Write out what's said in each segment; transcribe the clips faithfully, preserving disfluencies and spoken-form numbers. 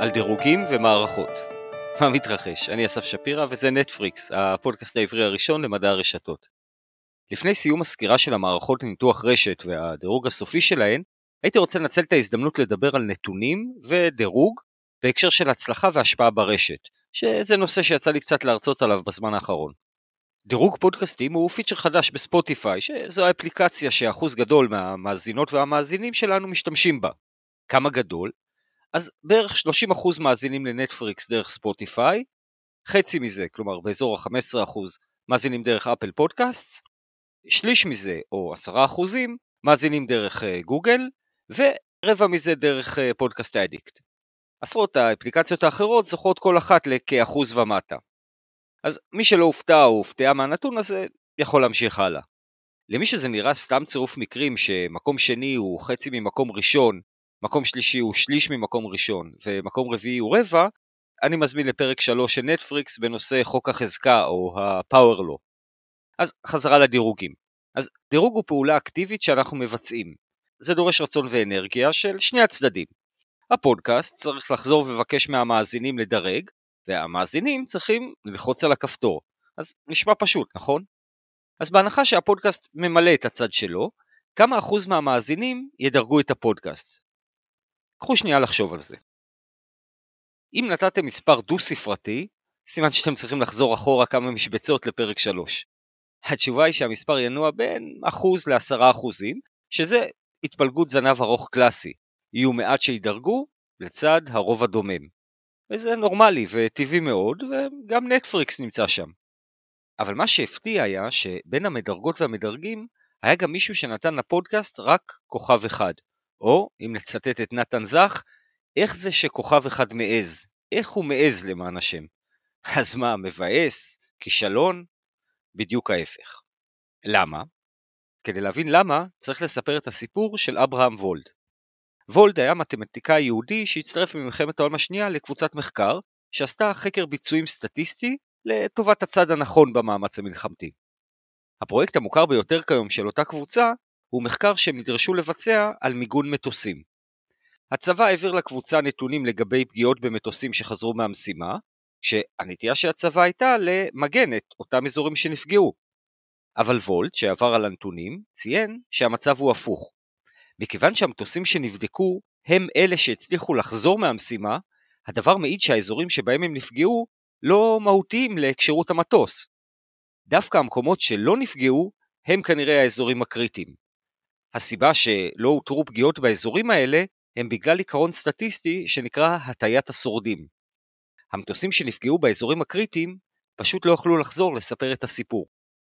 על דירוגים ומערכות. מה מתרחש? אני אסף שפירא וזה נטפריקס, הפודקאסט העברי הראשון למדע הרשתות. לפני סיום הסקירה של המערכות לניתוח רשת והדירוג הסופי שלהן, הייתי רוצה לנצל את ההזדמנות לדבר על נתונים ודירוג בהקשר של הצלחה והשפעה ברשת, שזה נושא שיצא לי קצת להרצות עליו בזמן האחרון. דירוג פודקאסטים הוא פיצ'ר חדש בספוטיפיי, שזו האפליקציה שאחוז גדול מהמאזינות והמאזינים שלנו משתמשים בה. כמה גדול? אז בערך שלושים אחוז מאזינים לנטפריקס דרך ספוטיפיי, חצי מזה, כלומר באזור ה-חמישה עשר אחוז, מאזינים דרך אפל פודקאסט, שליש מזה, או עשרה אחוזים, מאזינים דרך גוגל, ורבע מזה דרך פודקאסט אדיקט. עשרות האפליקציות האחרות זוכות כל אחת לכאחוז ומטה. אז מי שלא הופתע או הופתעה מהנתון הזה, יכול להמשיך הלאה. למי שזה נראה סתם צירוף מקרים שמקום שני הוא חצי ממקום ראשון, מקום שלישי הוא שליש ממקום ראשון, ומקום רביעי הוא רבע, אני מזמין לפרק שלוש של נטפריקס בנושא חוק החזקה או ה-Power Law. אז חזרה לדירוגים. אז דירוג הוא פעולה אקטיבית שאנחנו מבצעים. זה דורש רצון ואנרגיה של שני הצדדים. הפודקאסט צריך לחזור ובקש מהמאזינים לדרג, והמאזינים צריכים ללחוץ על הכפתור. אז נשמע פשוט, נכון? אז בהנחה שהפודקאסט ממלא את הצד שלו, כמה אחוז מהמאזינים ידרגו את הפודקאסט? קחו שנייה לחשוב על זה. אם נתתם מספר דו-ספרתי, סימן שאתם צריכים לחזור אחורה כמה משבצות לפרק שלוש. התשובה היא שהמספר ינוע בין אחוז לעשרה אחוזים, שזה התפלגות זנב ארוך קלאסי. יהיו מעט שידרגו לצד הרוב הדומם. וזה נורמלי וטבעי מאוד, וגם נטפריקס נמצא שם. אבל מה שהפתיע היה שבין המדרגות והמדרגים, היה גם מישהו שנתן לפודקאסט רק כוכב אחד. או, אם נצטט את נתן זך, איך זה שכוכב אחד מעז? איך הוא מעז למען השם? אז מה, מבאס? כישלון? בדיוק ההפך. למה? כדי להבין למה, צריך לספר את הסיפור של אברהם וולד. וולד היה מתמטיקאי יהודי שהצטרף במלחמת העולם השנייה לקבוצת מחקר, שעשתה חקר ביצועים סטטיסטי לטובת הצד הנכון במאמץ המלחמתי. הפרויקט המוכר ביותר כיום של אותה קבוצה, הוא מחקר שהם נדרשו לבצע על מיגון מטוסים. הצבא העביר לקבוצה נתונים לגבי פגיעות במטוסים שחזרו מהמשימה, שהנטייה של הצבא הייתה למגן את אותם אזורים שנפגעו. אבל וולד, שעבר על הנתונים, ציין שהמצב הוא הפוך. מכיוון שהמטוסים שנבדקו הם אלה שהצליחו לחזור מהמשימה, הדבר מעיד שהאזורים שבהם הם נפגעו לא מהותיים להקשרות המטוס. דווקא המקומות שלא נפגעו הם כנראה האזורים הקריטיים. הסיבה שלא הותרו פגיעות באזורים האלה הם בגלל עיקרון סטטיסטי שנקרא הטיית השורדים. המטוסים שנפגעו באזורים הקריטיים פשוט לא יכלו לחזור לספר את הסיפור.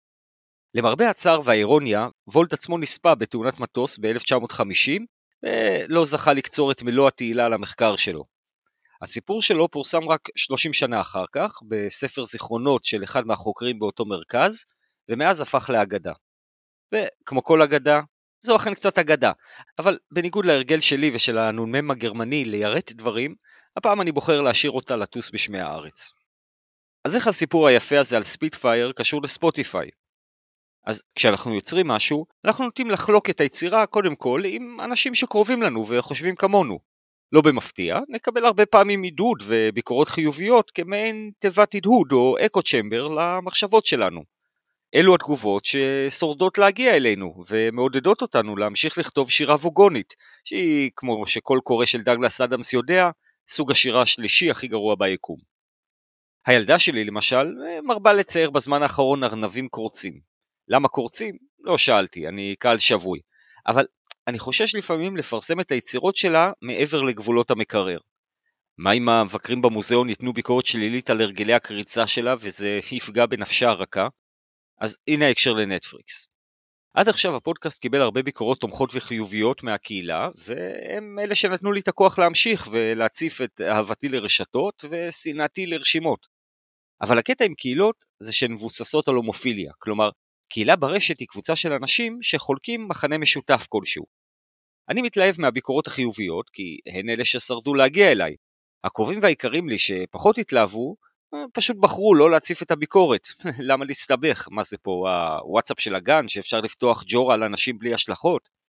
למרבה הצער והאירוניה, וולד עצמו נספה בתאונת מטוס ב-אלף תשע מאות חמישים ולא זכה לקצור את מלוא התהילה למחקר שלו. הסיפור שלו פורסם רק שלושים שנה אחר כך בספר זיכרונות של אחד מהחוקרים באותו מרכז, ומאז הפך לאגדה. וכמו כל אגדה, זו אכן קצת אגדה, אבל בניגוד להרגל שלי ושל הנ"מ הגרמני ליירט דברים, הפעם אני בוחר להשאיר אותה לטוס בשמי הארץ. אז איך הסיפור היפה הזה על ספיטפייר קשור לספוטיפיי? אז כשאנחנו יוצרים משהו, אנחנו נוטים לחלוק את היצירה קודם כל עם אנשים שקרובים לנו וחושבים כמונו. לא במפתיע, נקבל הרבה פעמים עידוד וביקורות חיוביות כמעין תיבת הדהוד או אקו צ'מבר למחשבות שלנו. אלו התגובות ששורדות להגיע אלינו ומעודדות אותנו להמשיך לכתוב שירה ווגונית, שהיא, כמו שכל קורא של דגלס אדמס יודע, סוג השירה השלישי הכי גרוע ביקום. הילדה שלי למשל מרבה לצייר בזמן האחרון ארנבים קורצים. למה קורצים? לא שאלתי, אני קהל שבוי. אבל אני חושש לפעמים לפרסם את היצירות שלה מעבר לגבולות המקרר. מה אם המבקרים במוזיאון ייתנו ביקורת שלילית על הרגלי הקריצה שלה וזה יפגע בנפשה הרכה? אז הנה ההקשר לנטפריקס. עד עכשיו הפודקאסט קיבל הרבה ביקורות תומכות וחיוביות מהקהילה, והם אלה שנתנו לי את הכוח להמשיך ולהציף את אהבתי לרשתות ושנאתי לרשימות. אבל הקטע עם קהילות זה שהן מבוססות על הומופיליה, כלומר, קהילה ברשת היא קבוצה של אנשים שחולקים מחנה משותף כלשהו. אני מתלהב מהביקורות החיוביות, כי הן אלה ששרדו להגיע אליי. הקרובים והעיקרים לי שפחות התלהבו, פשוט בחרו לא להציף את הביקורת. למה להסתבך? מה זה פה, הוואטסאפ של הגן שאפשר לפתוח ג'ורה לאנשים בלי השלכות?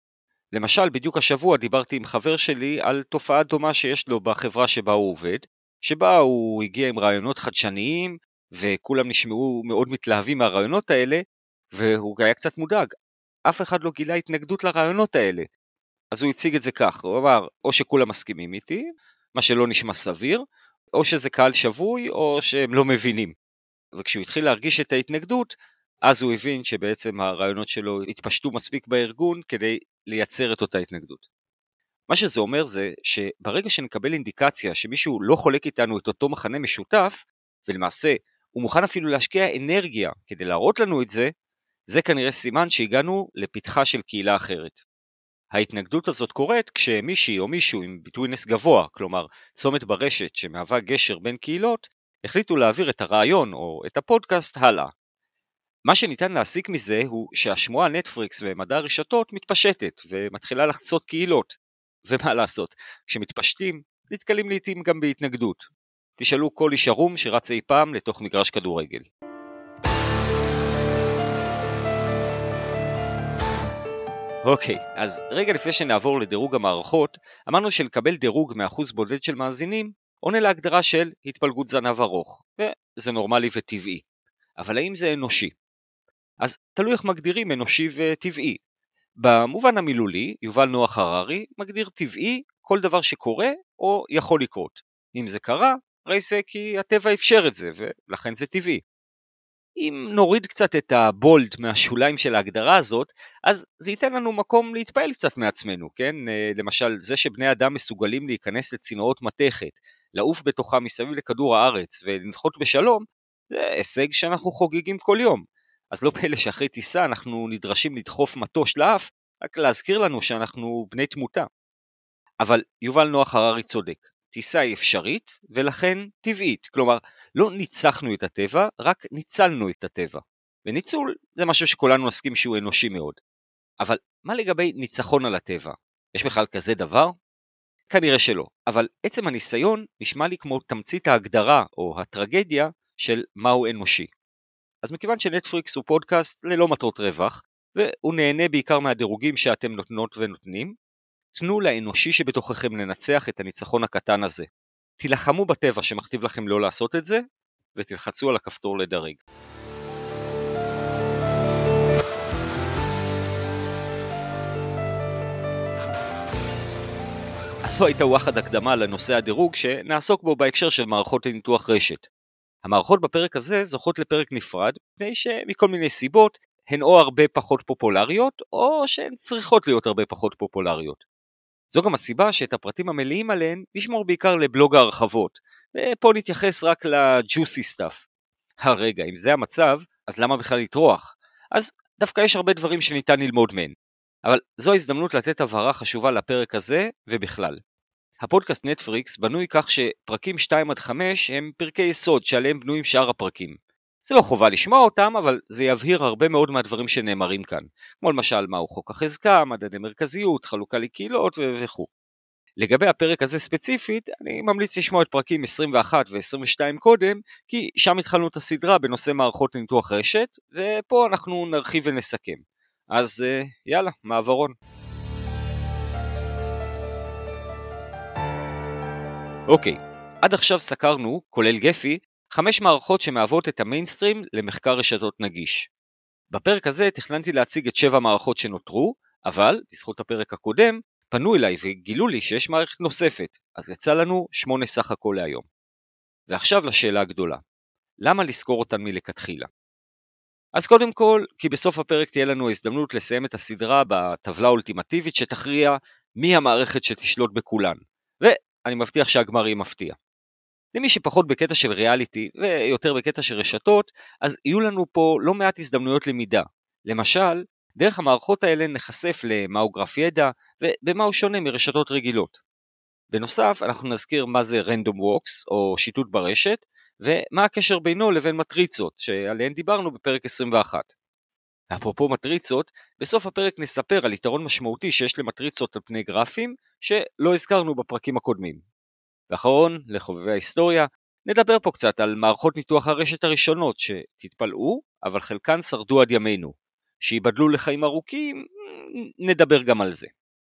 למשל, בדיוק השבוע דיברתי עם חבר שלי על תופעה דומה שיש לו בחברה שבה הוא עובד, שבה הוא הגיע עם רעיונות חדשניים, וכולם נשמעו מאוד מתלהבים מהרעיונות האלה, והוא היה קצת מודאג. אף אחד לא גילה התנגדות לרעיונות האלה. אז הוא הציג את זה כך, הוא אמר, או שכולם מסכימים איתי, מה שלא נשמע סביר, או שזה קהל שבוי, או שהם לא מבינים. וכשהוא התחיל להרגיש את ההתנגדות, אז הוא הבין שבעצם הרעיונות שלו התפשטו מספיק בארגון כדי לייצר את אותה התנגדות. מה שזה אומר זה שברגע שנקבל אינדיקציה שמישהו לא חולק איתנו את אותו מחנה משותף, ולמעשה הוא מוכן אפילו להשקיע אנרגיה כדי להראות לנו את זה, זה כנראה סימן שהגענו לפתחה של קהילה אחרת. ההתנגדות הזאת קורית כשמישהי או מישהו עם ביטוינס גבוה, כלומר צומת ברשת שמהווה גשר בין קהילות, החליטו להעביר את הרעיון או את הפודקאסט הלאה. מה שניתן להסיק מזה הוא שהשמועה נטפליקס ומדע הרשתות מתפשטת ומתחילה לחצות קהילות. ומה לעשות, כשמתפשטים נתקלים לעתים גם בהתנגדות. תשאלו כל איש ערום שרץ אי פעם לתוך מגרש כדורגל. אוקיי, אז רגע לפני שנעבור לדירוג המערכות, אמרנו שלקבל דירוג מאחוז בודד של מאזינים עונה להגדרה של התפלגות זנב ארוך, וזה נורמלי וטבעי. אבל האם זה אנושי? אז תלוי איך מגדירים אנושי וטבעי. במובן המילולי, יובל נוח הררי מגדיר טבעי כל דבר שקורה או יכול לקרות. אם זה קרה, הרי זה כי הטבע אפשר את זה, ולכן זה טבעי. אם נוריד קצת את הבולד מהשוליים של ההגדרה הזאת, אז זה ייתן לנו מקום להתפעל קצת מעצמנו, כן? למשל, זה שבני אדם מסוגלים להיכנס לצינורות מתכת, לעוף בתוכה מסביב לכדור הארץ ולנחות בשלום, זה הישג שאנחנו חוגגים כל יום. אז לא פלא שאחרי טיסה אנחנו נדרשים לדחוף מטוש לאף, רק להזכיר לנו שאנחנו בני תמותה. אבל יובל נוח הררי צודק, טיסה היא אפשרית ולכן טבעית, כלומר לא ניצחנו את הטבע, רק ניצלנו את הטבע. וניצול זה משהו שכולנו נסכים שהוא אנושי מאוד. אבל מה לגבי ניצחון על הטבע? יש בכלל כזה דבר? כנראה שלא, אבל עצם הניסיון נשמע לי כמו תמצית ההגדרה או הטרגדיה של מהו אנושי. אז מכיוון שנטפליקס הוא פודקאסט ללא מטרות רווח, והוא נהנה בעיקר מהדירוגים שאתם נותנות ונותנים, תנו לאנושי שבתוככם לנצח את הניצחון הקטן הזה. תילחמו בטבע שמכתיב לכם לא לעשות את זה, ותלחצו על הכפתור לדרג. אז זו הייתה וואחד הקדמה לנושא הדירוג שנעסוק בו בהקשר של מערכות לניתוח רשת. המערכות בפרק הזה זוכות לפרק נפרד, מפני שמכל מיני סיבות הן או הרבה פחות פופולריות, או שהן צריכות להיות הרבה פחות פופולריות. זו גם הסיבה שאת הפרטים המלאים עליהן נשמור בעיקר לבלוג ההרחבות, ופה נתייחס רק לג'וסי סטאפ. הרגע, אם זה המצב, אז למה בכלל לטרוח? אז דווקא יש הרבה דברים שניתן ללמוד מהן. אבל זו ההזדמנות לתת הבהרה חשובה לפרק הזה ובכלל. הפודקאסט נטפליקס בנוי כך שפרקים שתיים עד חמש הם פרקי יסוד שעליהם בנויים שאר הפרקים. זה לא חובה לשמוע אותם, אבל זה יבהיר הרבה מאוד מהדברים שנאמרים כאן. כמו למשל מהו חוק החזקה, מדדי מרכזיות, חלוקה לקהילות וכו'. לגבי הפרק הזה ספציפית, אני ממליץ לשמוע את פרקים עשרים ואחת ו-עשרים ושתיים קודם, כי שם התחלנו את הסדרה בנושא מערכות לניתוח רשת, ופה אנחנו נרחיב ונסכם. אז יאללה, מעברון. אוקיי, עד עכשיו סקרנו, כולל גפי, חמש מערכות שמהוות את המיינסטרים למחקר רשתות נגיש. בפרק הזה תכננתי להציג את שבע מערכות שנותרו, אבל, בזכות הפרק הקודם, פנו אליי וגילו לי שיש מערכת נוספת, אז יצא לנו שמונה סך הכל להיום. ועכשיו לשאלה הגדולה, למה לזכור אותן מלכתחילה? אז קודם כל, כי בסוף הפרק תהיה לנו הזדמנות לסיים את הסדרה בטבלה האולטימטיבית שתכריע מי המערכת שתשלוט בכולן, ואני מבטיח שהגמר יהיה מפתיע. למי שפחות בקטע של ריאליטי ויותר בקטע של רשתות, אז יהיו לנו פה לא מעט הזדמנויות למידה. למשל, דרך המערכות האלה נחשף למהו גרף ידע ובמה הוא שונה מרשתות רגילות. בנוסף, אנחנו נזכיר מה זה random walks או שיטוט ברשת, ומה הקשר בינו לבין מטריצות שעליהן דיברנו בפרק עשרים ואחת. אפרופו מטריצות, בסוף הפרק נספר על יתרון משמעותי שיש למטריצות על פני גרפים שלא הזכרנו בפרקים הקודמים. ואחרון, לחובבי ההיסטוריה, נדבר פה קצת על מערכות ניתוח הרשת הראשונות שתתפלאו, אבל חלקן שרדו עד ימינו. שיבדלו לחיים ארוכים, נדבר גם על זה.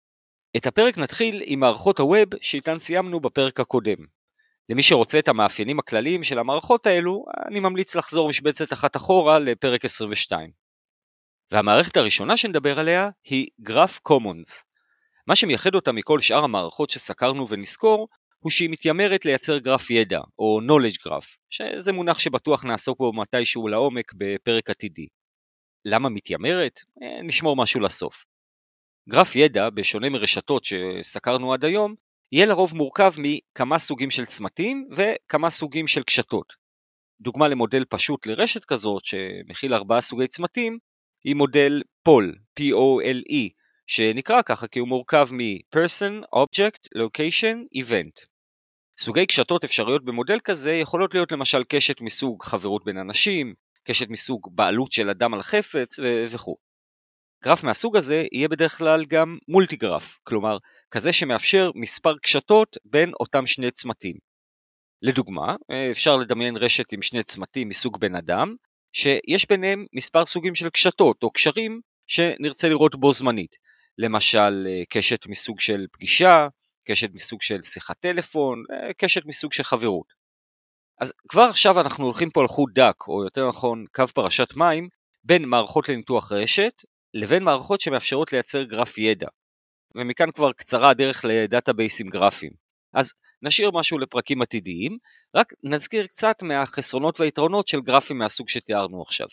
את הפרק נתחיל עם מערכות הווב שאיתן סיימנו בפרק הקודם. למי שרוצה את המאפיינים הכלליים של המערכות האלו, אני ממליץ לחזור משבצת אחת אחורה לפרק עשרים ושתיים. והמערכת הראשונה שנדבר עליה היא Graph Commons. מה שמייחד אותה מכל שאר המערכות שסקרנו ונזכור, הוא שהיא מתיימרת לייצר גרף ידע, או knowledge graph, שזה מונח שבטוח נעסוק בו מתישהו לעומק בפרק עתידי. למה מתיימרת? נשמור משהו לסוף. גרף ידע, בשונה מרשתות שסקרנו עד היום, יהיה לרוב מורכב מכמה סוגים של צמתים וכמה סוגים של קשתות. דוגמה למודל פשוט לרשת כזאת שמכיל ארבעה סוגי צמתים, היא מודל פול, P-O-L-E, שנקרא ככה כי הוא מורכב מ-Person, Object, Location, Event. סוגי קשתות אפשריות במודל כזה יכולות להיות למשל קשת מסוג חברות בין אנשים, קשת מסוג בעלות של אדם על חפץ ו- וכו'. גרף מהסוג הזה יהיה בדרך כלל גם מולטיגרף, כלומר כזה שמאפשר מספר קשתות בין אותם שני צמתים. לדוגמה, אפשר לדמיין רשת עם שני צמתים מסוג בן אדם, שיש ביניהם מספר סוגים של קשתות או קשרים שנרצה לראות בו זמנית. למשל קשת מסוג של פגישה, קשת מסוג של שיחת טלפון, קשת מסוג של חברות. אז כבר עכשיו אנחנו הולכים פה על חוט דק, או יותר נכון קו פרשת מים, בין מערכות לניתוח רשת, לבין מערכות שמאפשרות לייצר גרף ידע. ומכאן כבר קצרה הדרך לדאטאבייסים גרפיים. אז נשאיר משהו לפרקים עתידיים, רק נזכיר קצת מהחסרונות והיתרונות של גרפים מהסוג שתיארנו עכשיו.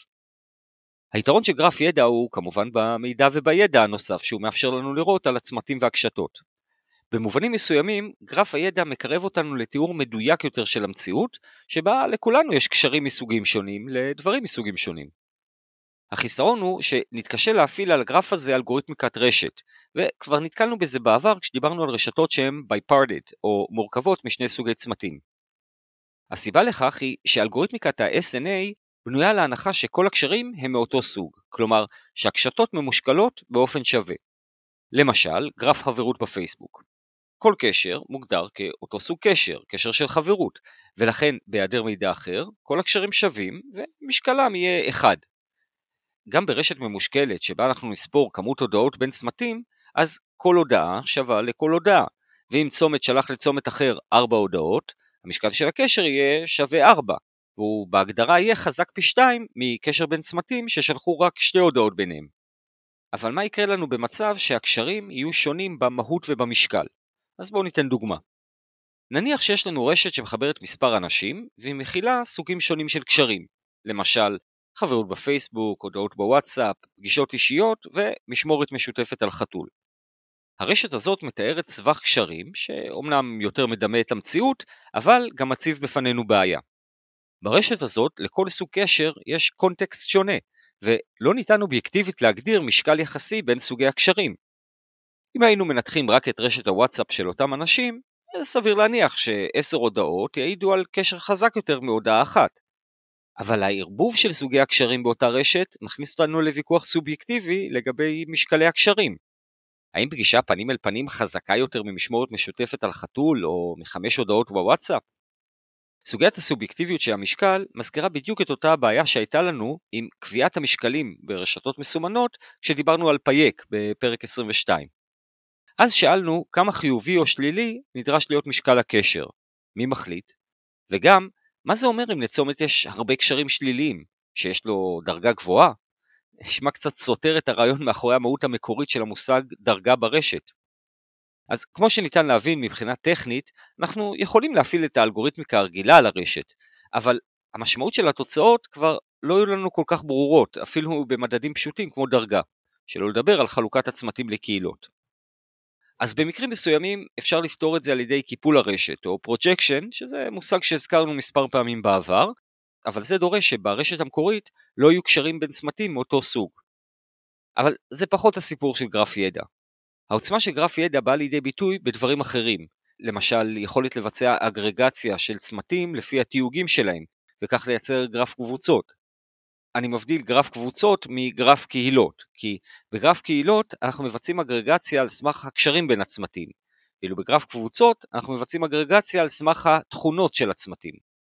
היתרון של גרף ידע הוא כמובן במידע ובידע הנוסף שהוא מאפשר לנו לראות על הצמתים והקשתות. במובנים מסוימים, גרף הידע מקרב אותנו לתיאור מדויק יותר של המציאות, שבה לכולנו יש קשרים מסוגים שונים לדברים מסוגים שונים. החיסרון הוא שנתקשה להפעיל על הגרף הזה אלגוריתמיקת רשת, וכבר נתקלנו בזה בעבר כשדיברנו על רשתות שהן bipartite או מורכבות משני סוגי צמתים. הסיבה לכך היא שאלגוריתמיקת ה-אס אן איי בנויה להנחה שכל הקשרים הם מאותו סוג, כלומר שהקשתות ממושקלות באופן שווה. למשל, גרף חברות בפייסבוק. כל קשר מוגדר כאותו סוג קשר, קשר של חברות, ולכן בהיעדר מידע אחר, כל הקשרים שווים ומשקלם יהיה אחד. גם ברשת ממושקלת שבה אנחנו נספור כמות הודעות בין צמתים, אז כל הודעה שווה לכל הודעה, ואם צומת שלח לצומת אחר ארבע הודעות, המשקל של הקשר יהיה שווה ארבע, והוא בהגדרה יהיה חזק פי שתיים מקשר בין צמתים ששלחו רק שתי הודעות ביניהם. אבל מה יקרה לנו במצב שהקשרים יהיו שונים במהות ובמשקל? אז בואו ניתן דוגמה. נניח שיש לנו רשת שמחברת מספר אנשים, והיא מכילה סוגים שונים של קשרים, למשל חברות בפייסבוק, הודעות בוואטסאפ, פגישות אישיות ומשמורת משותפת על חתול. הרשת הזאת מתארת סבך קשרים שאומנם יותר מדמה את המציאות, אבל גם מציב בפנינו בעיה. ברשת הזאת לכל סוג קשר יש קונטקסט שונה, ולא ניתן אובייקטיבית להגדיר משקל יחסי בין סוגי הקשרים. אם היינו מנתחים רק את רשת הוואטסאפ של אותם אנשים, סביר להניח שעשר הודעות יעידו על קשר חזק יותר מהודעה אחת. אבל הערבוב של סוגי הקשרים באותה רשת מכניס אותנו לוויכוח סובייקטיבי לגבי משקלי הקשרים. האם פגישה פנים אל פנים חזקה יותר ממשמורת משותפת על חתול או מחמש הודעות בוואטסאפ? סוגיית הסובייקטיביות של המשקל מזכירה בדיוק את אותה הבעיה שהייתה לנו עם קביעת המשקלים ברשתות מסומנות כשדיברנו על פייק בפרק עשרים ושתיים. אז שאלנו כמה חיובי או שלילי נדרש להיות משקל הקשר, מי מחליט? וגם, מה זה אומר אם לצומת יש הרבה קשרים שליליים, שיש לו דרגה גבוהה? נשמע קצת סותר את הרעיון מאחורי המהות המקורית של המושג דרגה ברשת. אז כמו שניתן להבין מבחינה טכנית, אנחנו יכולים להפעיל את האלגוריתמיקה הרגילה על הרשת, אבל המשמעות של התוצאות כבר לא יהיו לנו כל כך ברורות, אפילו במדדים פשוטים כמו דרגה, שלא לדבר על חלוקת הצמתים לקהילות. אז במקרים מסוימים אפשר לפתור את זה על ידי קיפול הרשת או פרוג'קשן, שזה מושג שהזכרנו מספר פעמים בעבר, אבל זה דורש שברשת המקורית לא יהיו קשרים בין צמתים מאותו סוג. אבל זה פחות הסיפור של גרף ידע. העוצמה של גרף ידע באה לידי ביטוי בדברים אחרים, למשל יכולת לבצע אגרגציה של צמתים לפי התיוגים שלהם, וכך לייצר גרף קבוצות. אני מבדיל גרף קבוצות מגרף קהילות, כי בגרף קהילות אנחנו מבצעים אגרגציה על סמך הקשרים בין הצמתים, ואילו בגרף קבוצות אנחנו מבצעים אגרגציה על סמך התכונות של הצמתים.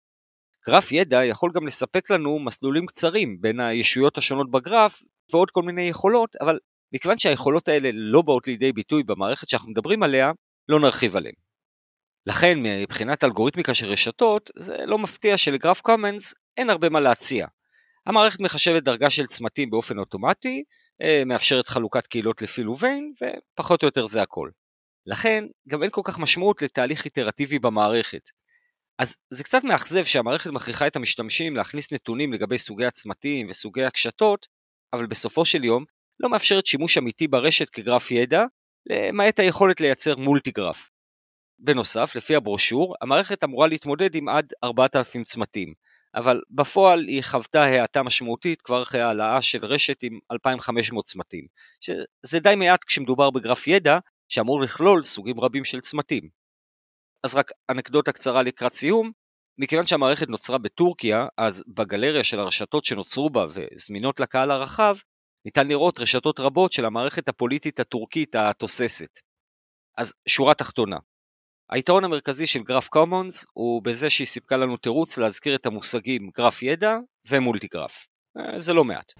גרף ידע יכול גם לספק לנו מסלולים קצרים בין הישויות השונות בגרף ועוד כל מיני יכולות, אבל מכיוון שהיכולות האלה לא באות לידי ביטוי במערכת שאנחנו מדברים עליה, לא נרחיב עליהן. לכן, מבחינת אלגוריתמיקה של רשתות, זה לא מפתיע שלגרף קומנס אין הרבה מה להציע. המערכת מחשבת דרגה של צמתים באופן אוטומטי, מאפשרת חלוקת קהילות לפי לוביין, ופחות או יותר זה הכל. לכן, גם אין כל כך משמעות לתהליך איטרטיבי במערכת. אז זה קצת מאכזב שהמערכת מכריחה את המשתמשים להכניס נתונים לגבי סוגי הצמתים וסוגי הקשתות, אבל בסופו של יום לא מאפשרת שימוש אמיתי ברשת כגרף ידע, למעט היכולת לייצר מולטיגרף. בנוסף, לפי הברושור, המערכת אמורה להתמודד עם עד ארבעת אלפים צמתים, אבל בפועל היא חוותה האטה משמעותית כבר אחרי העלאה של רשת עם אלפיים וחמש מאות צמתים, שזה די מעט כשמדובר בגרף ידע שאמור לכלול סוגים רבים של צמתים. אז רק אנקדוטה קצרה לקראת סיום, מכיוון שהמערכת נוצרה בטורקיה, אז בגלריה של הרשתות שנוצרו בה וזמינות לקהל הרחב, ניתן לראות רשתות רבות של המערכת הפוליטית הטורקית התוססת. אז שורה תחתונה. היתרון המרכזי של גרף קומונס הוא בזה שהיא סיפקה לנו תירוץ להזכיר את המושגים גרף ידע ומולטיגרף. זה לא מעט.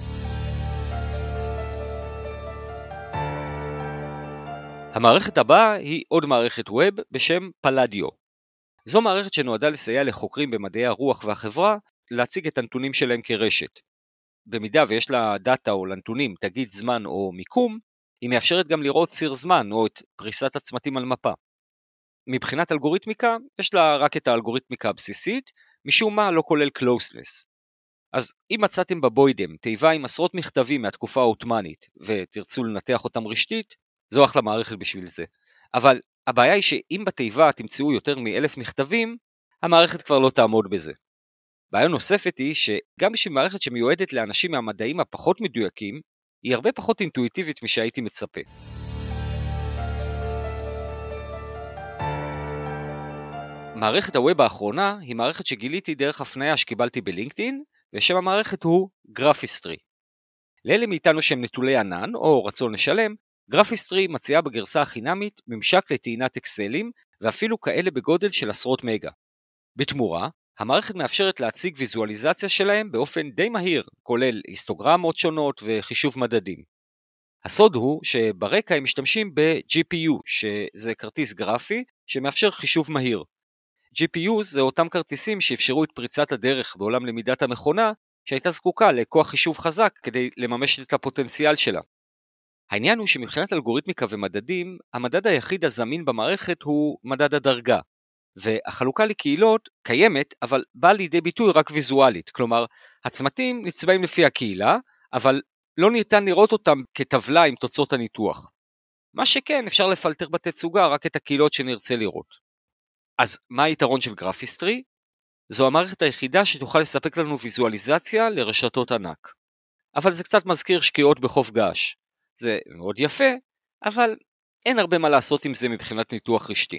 המערכת הבאה היא עוד מערכת ווב בשם פלדיו. זו מערכת שנועדה לסייע לחוקרים במדעי הרוח והחברה להציג את הנתונים שלהם כרשת. במידה ויש לה דאטה או לנתונים תגיד זמן או מיקום, היא מאפשרת גם לראות ציר זמן או את פריסת הצמתים על מפה. מבחינת אלגוריתמיקה, יש לה רק את האלגוריתמיקה הבסיסית, משום מה לא כולל closeness. אז אם מצאתם בבוידם תיבה עם עשרות מכתבים מהתקופה העות'מאנית, ותרצו לנתח אותם רשתית, זו אחלה מערכת בשביל זה. אבל הבעיה היא שאם בתיבה תמצאו יותר מאלף מכתבים, המערכת כבר לא תעמוד בזה. בעיה נוספת היא שגם בשביל מערכת שמיועדת לאנשים מהמדעים הפחות מדויקים, היא הרבה פחות אינטואיטיבית משהייתי מצפה. מערכת הווב האחרונה היא מערכת שגיליתי דרך הפניה שקיבלתי בלינקדאין, ושם המערכת הוא גרפיסטרי. לאלה מאיתנו שהם נטולי ענן או רצון לשלם, גרפיסטרי מציעה בגרסה החינמית ממשק לטעינת אקסלים, ואפילו כאלה בגודל של עשרות מגה. בתמורה, המערכת מאפשרת להציג ויזואליזציה שלהם באופן די מהיר, כולל היסטוגרמות שונות וחישוב מדדים. הסוד הוא שברקע הם משתמשים ב-ג'י פי יו, שזה כרטיס גרפי שמאפשר חישוב מהיר. ג'י פי יו זה אותם כרטיסים שאפשרו את פריצת הדרך בעולם למידת המכונה, שהייתה זקוקה לכוח חישוב חזק כדי לממש את הפוטנציאל שלה. העניין הוא שמבחינת אלגוריתמיקה ומדדים, המדד היחיד הזמין במערכת הוא מדד הדרגה, והחלוקה לקהילות קיימת, אבל באה לידי ביטוי רק ויזואלית, כלומר, הצמתים נצבעים לפי הקהילה, אבל לא ניתן לראות אותם כטבלה עם תוצאות הניתוח. מה שכן, אפשר לפלטר בתצוגה רק את הקהילות שנרצה לראות. אז מה היתרון של גרפיסטרי? זו המערכת היחידה שתוכל לספק לנו ויזואליזציה לרשתות ענק. אבל זה קצת מזכיר שקיעות בחוף געש. זה מאוד יפה, אבל אין הרבה מה לעשות עם זה מבחינת ניתוח רשתי.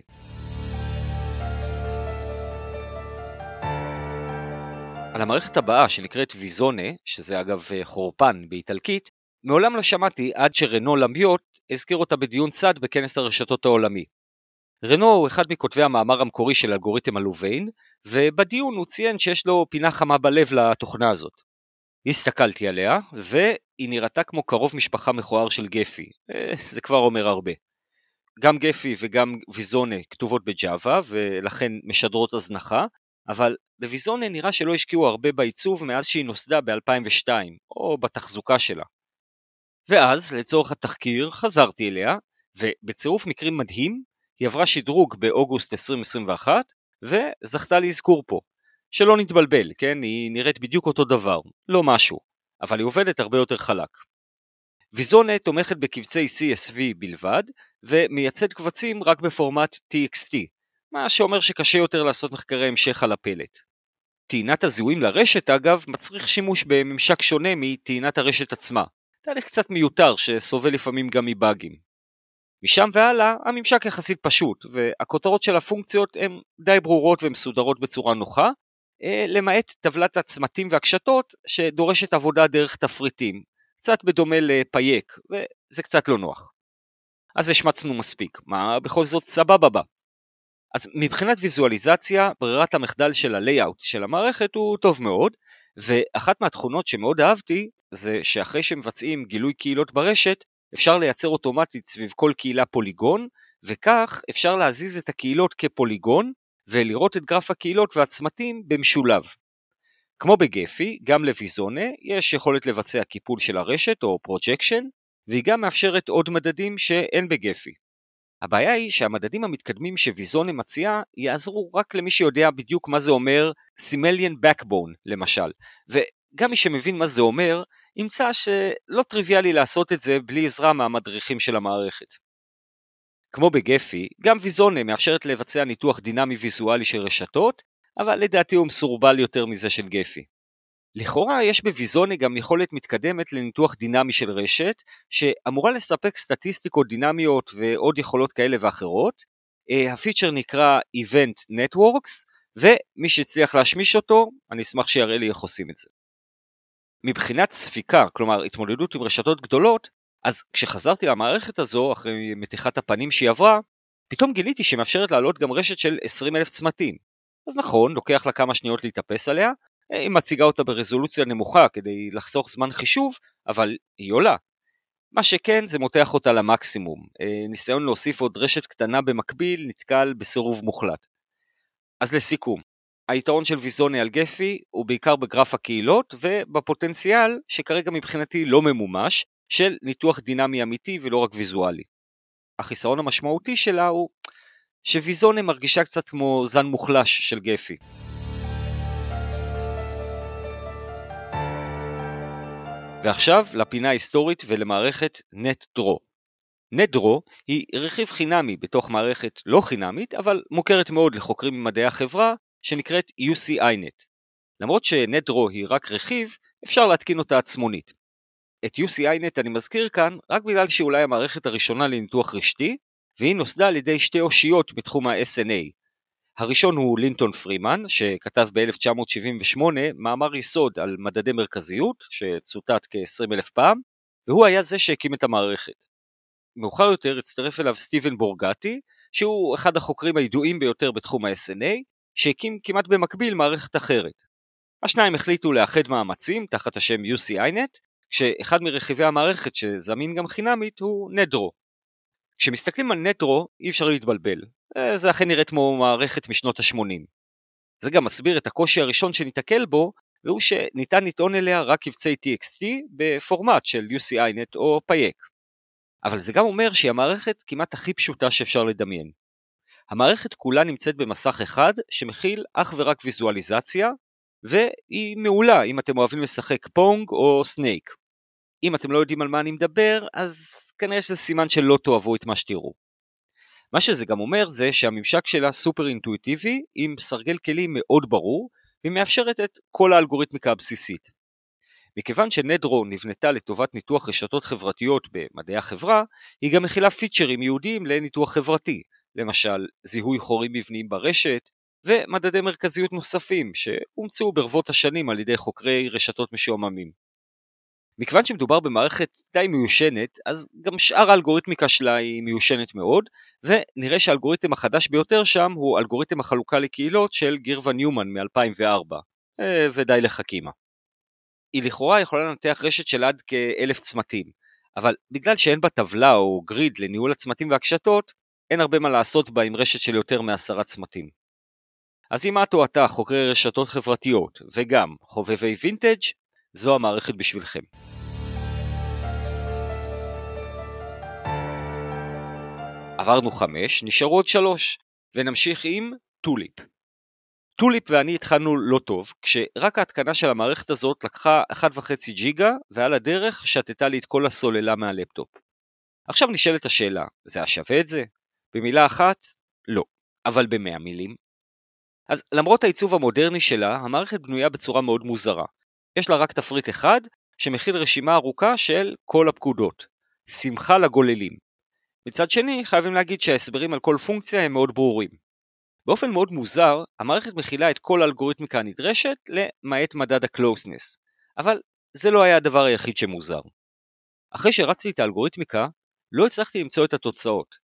על המערכת הבאה שנקראת ויזונה, שזה אגב חורפן באיטלקית, מעולם לא שמעתי עד שרנו למביוט הזכיר אותה בדיון צד בכנס הרשתות העולמי. רנו הוא אחד מכותבי המאמר המקורי של אלגוריתם הלוביין, ובדיון הוא ציין שיש לו פינה חמה בלב לתוכנה הזאת. הסתכלתי עליה, והיא נראתה כמו קרוב משפחה מכוער של גפי. זה כבר אומר הרבה. גם גפי וגם ויזונה כתובות בג'אווה, ולכן משדרות הזנחה, אבל בוויזונה נראה שלא השקיעו הרבה בעיצוב מאז שהיא נוסדה ב-אלפיים ושתיים, או בתחזוקה שלה. ואז, לצורך התחקיר, חזרתי אליה, ובצירוף מקרים מדהים, היא עברה שדרוג באוגוסט עשרים עשרים ואחת, וזכתה להזכור פה. שלא נתבלבל, כן? היא נראית בדיוק אותו דבר, לא משהו, אבל היא עובדת הרבה יותר חלק. ויזונה תומכת בקבצי סי אס וי בלבד, ומייצד קבצים רק בפורמט טי אקס טי, מה שאומר שקשה יותר לעשות מחקרי המשך על הפלט. טעינת הזיהויים לרשת, אגב, מצריך שימוש בממשק שונה מטעינת הרשת עצמה, תהליך קצת מיותר שסובל לפעמים גם מבאגים. משם והלאה, הממשק יחסית פשוט, והכותרות של הפונקציות הן די ברורות ומסודרות בצורה נוחה, למעט טבלת הצמתים והקשתות שדורשת עבודה דרך תפריטים, קצת בדומה לפייק, וזה קצת לא נוח. אז השמצנו מספיק, מה בכל זאת סבבה בה. אז מבחינת ויזואליזציה, ברירת המחדל של הלייאאוט של המערכת הוא טוב מאוד, ואחת מהתכונות שמאוד אהבתי, זה שאחרי שמבצעים גילוי קהילות ברשת, אפשר לייצר אוטומטית סביב כל קהילה פוליגון, וכך אפשר להזיז את הקהילות כפוליגון, ולראות את גרף הקהילות והצמתים במשולב. כמו בגפי, גם לויזונה יש יכולת לבצע קיפול של הרשת או פרוג'קשן, והיא גם מאפשרת עוד מדדים שאין בגפי. הבעיה היא שהמדדים המתקדמים שוויזונה מציעה יעזרו רק למי שיודע בדיוק מה זה אומר סימליאן Backbone למשל, וגם מי שמבין מה זה אומר ימצא שלא טריוויאלי לעשות את זה בלי עזרה מהמדריכים של המערכת. כמו בגפי, גם ויזונה מאפשרת לבצע ניתוח דינמי ויזואלי של רשתות, אבל לדעתי הוא מסורבל יותר מזה של גפי. לכאורה יש בוויזונה גם יכולת מתקדמת לניתוח דינמי של רשת, שאמורה לספק סטטיסטיקות דינמיות ועוד יכולות כאלה ואחרות. הפיצ'ר נקרא Event Networks, ומי שהצליח להשמיש אותו, אני אשמח שיראה לי איך עושים את זה. מבחינת ספיקה, כלומר התמודדות עם רשתות גדולות, אז כשחזרתי למערכת הזו, אחרי מתיחת הפנים שהיא עברה, פתאום גיליתי שמאפשרת לעלות גם רשת של עשרים אלף צמתים. אז נכון, לוקח לה כמה שניות להתאפס עליה, היא מציגה אותה ברזולוציה נמוכה כדי לחסוך זמן חישוב, אבל היא עולה. מה שכן זה מותח אותה למקסימום. ניסיון להוסיף עוד רשת קטנה במקביל נתקל בסירוב מוחלט. אז לסיכום, היתרון של ויזונה על גפי הוא בעיקר בגרף הקהילות ובפוטנציאל שכרגע מבחינתי לא ממומש של ניתוח דינמי אמיתי ולא רק ויזואלי. החיסרון המשמעותי שלה הוא שוויזונה מרגישה קצת כמו זן מוחלש של גפי. ועכשיו לפינה ההיסטורית ולמערכת NetDraw. NetDraw היא רכיב חינמי בתוך מערכת לא חינמית, אבל מוכרת מאוד לחוקרים ממדעי החברה, שנקראת יו סי איי נט. למרות ש-NetDraw היא רק רכיב, אפשר להתקין אותה עצמונית. את יו סי איי נט אני מזכיר כאן, רק בגלל שהיא אולי המערכת הראשונה לניתוח רשתי, והיא נוסדה על ידי שתי אושיות בתחום ה-אס אן איי. הראשון הוא לינטון פרימן, שכתב ב-אלף תשע מאות שבעים ושמונה מאמר יסוד על מדדי מרכזיות, שצוטט כ-עשרים אלף פעם, והוא היה זה שהקים את המערכת. מאוחר יותר הצטרף אליו סטיבן בורגטי, שהוא אחד החוקרים הידועים ביותר בתחום ה-אס אן איי, שהקים כמעט במקביל מערכת אחרת. השניים החליטו לאחד מאמצים תחת השם יו סי איי נט, כשאחד מרכיבי המערכת שזמין גם חינמית הוא NetDraw. כשמסתכלים על NetDraw אי אפשר להתבלבל, זה אכן נראית כמו מערכת משנות ה-שמונים. זה גם מסביר את הקושי הראשון שניתקל בו, והוא שניתן לטעון אליה רק קבצי טי אקס טי בפורמט של יו סי איי נט או פייק. אבל זה גם אומר שהיא המערכת כמעט הכי פשוטה שאפשר לדמיין. המערכת כולה נמצאת במסך אחד שמכיל אך ורק ויזואליזציה, והיא מעולה אם אתם אוהבים לשחק פונג או סנייק. אם אתם לא יודעים על מה אני מדבר, אז כנראה שזה סימן שלא תאהבו את מה שתראו. מה שזה גם אומר זה שהממשק שלה סופר אינטואיטיבי, עם סרגל כלים מאוד ברור, והיא מאפשרת את כל האלגוריתמיקה הבסיסית. מכיוון שנדרו נבנתה לטובת ניתוח רשתות חברתיות במדעי החברה, היא גם מכילה פיצ'רים ייעודיים לניתוח חברתי, למשל זיהוי חורים מבניים ברשת, ומדדי מרכזיות נוספים שהומצאו ברבות השנים על ידי חוקרי רשתות משועממים. מכיוון שמדובר במערכת די מיושנת, אז גם שאר האלגוריתמיקה שלה היא מיושנת מאוד, ונראה שהאלגוריתם החדש ביותר שם הוא אלגוריתם החלוקה לקהילות של גירווה ניומן מ-אלפיים וארבע, ודי לחכימה. היא לכאורה יכולה לנתח רשת של עד כאלף צמתים, אבל בגלל שאין בה טבלה או גריד לניהול הצמתים והקשתות, אין הרבה מה לעשות בה עם רשת של יותר מעשרה צמתים. אז אם את או אתה חוקרי רשתות חברתיות וגם חובבי וינטג', זו המערכת בשבילכם. עברנו חמש, נשארו עוד שלוש, ונמשיך עם טוליפ. טוליפ ואני התחלנו לא טוב, כשרק ההתקנה של המערכת הזאת לקחה אחת וחצי ג'יגה, ועל הדרך שתתה לי את כל הסוללה מהלפטופ. עכשיו נשאלת השאלה, זה היה שווה את זה? במילה אחת, לא, אבל במאה מילים. אז למרות העיצוב המודרני שלה, המערכת בנויה בצורה מאוד מוזרה. יש לה רק תפריט אחד, שמכיל רשימה ארוכה של כל הפקודות. שמחה לגוללים. מצד שני, חייבים להגיד שההסברים על כל פונקציה הם מאוד ברורים. באופן מאוד מוזר, המערכת מכילה את כל האלגוריתמיקה הנדרשת למעט מדד ה-closeness. אבל זה לא היה הדבר היחיד שמוזר. אחרי שרצתי את האלגוריתמיקה, לא הצלחתי למצוא את התוצאות.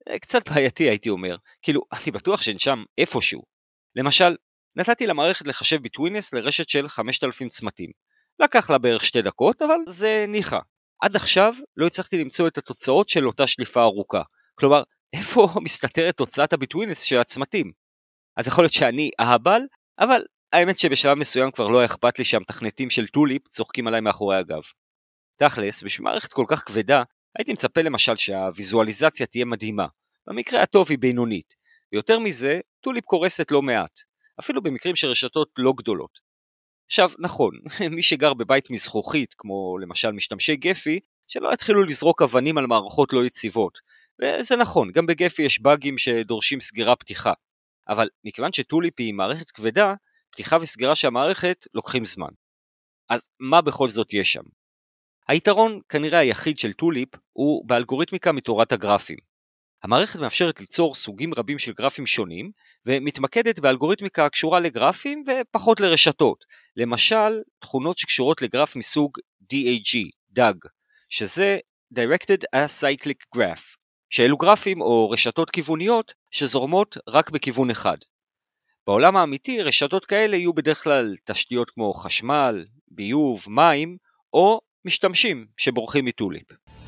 קצת בעייתי הייתי אומר, כאילו אני בטוח שאין שם איפשהו. למשל, נתתי למערכת לחשב ביטווינס לרשת של חמשת אלפים צמתים. לקח לה בערך שתי דקות, אבל זה ניחה. עד עכשיו לא הצלחתי למצוא את התוצאות של אותה שליפה ארוכה. כלומר, איפה מסתתרת תוצאת הביטווינס של הצמתים? אז יכול להיות שאני אהבל, אבל האמת שבשלב מסוים כבר לא אכפת לי שהמתכנתים של טוליפ צוחקים עליי מאחורי הגב. תכלס, בשביל מערכת כל כך כבדה, הייתי מצפה למשל שהוויזואליזציה תהיה מדהימה. במקרה הטוב היא בינונית, ויותר מזה, טוליפ קורסת לא מעט, אפילו במקרים של רשתות לא גדולות. עכשיו, נכון, מי שגר בבית מזכוכית, כמו למשל משתמשי גפי, שלא יתחילו לזרוק אבנים על מערכות לא יציבות. וזה נכון, גם בגפי יש באגים שדורשים סגירה פתיחה. אבל מכיוון שטוליפ היא מערכת כבדה, פתיחה וסגירה של המערכת לוקחים זמן. אז מה בכל זאת יש שם? היתרון כנראה היחיד של טוליפ הוא באלגוריתמיקה מתורת הגרפים. המערכת מאפשרת ליצור סוגים רבים של גרפים שונים, ומתמקדת באלגוריתמיקה הקשורה לגרפים ופחות לרשתות. למשל, תכונות שקשורות לגרף מסוג די איי ג'י, דאג, שזה Directed Acyclic Graph, שאלו גרפים או רשתות כיווניות שזורמות רק בכיוון אחד. בעולם האמיתי, רשתות כאלה יהיו בדרך כלל תשתיות כמו חשמל, ביוב, מים, או משתמשים שבורחים מטוליפ.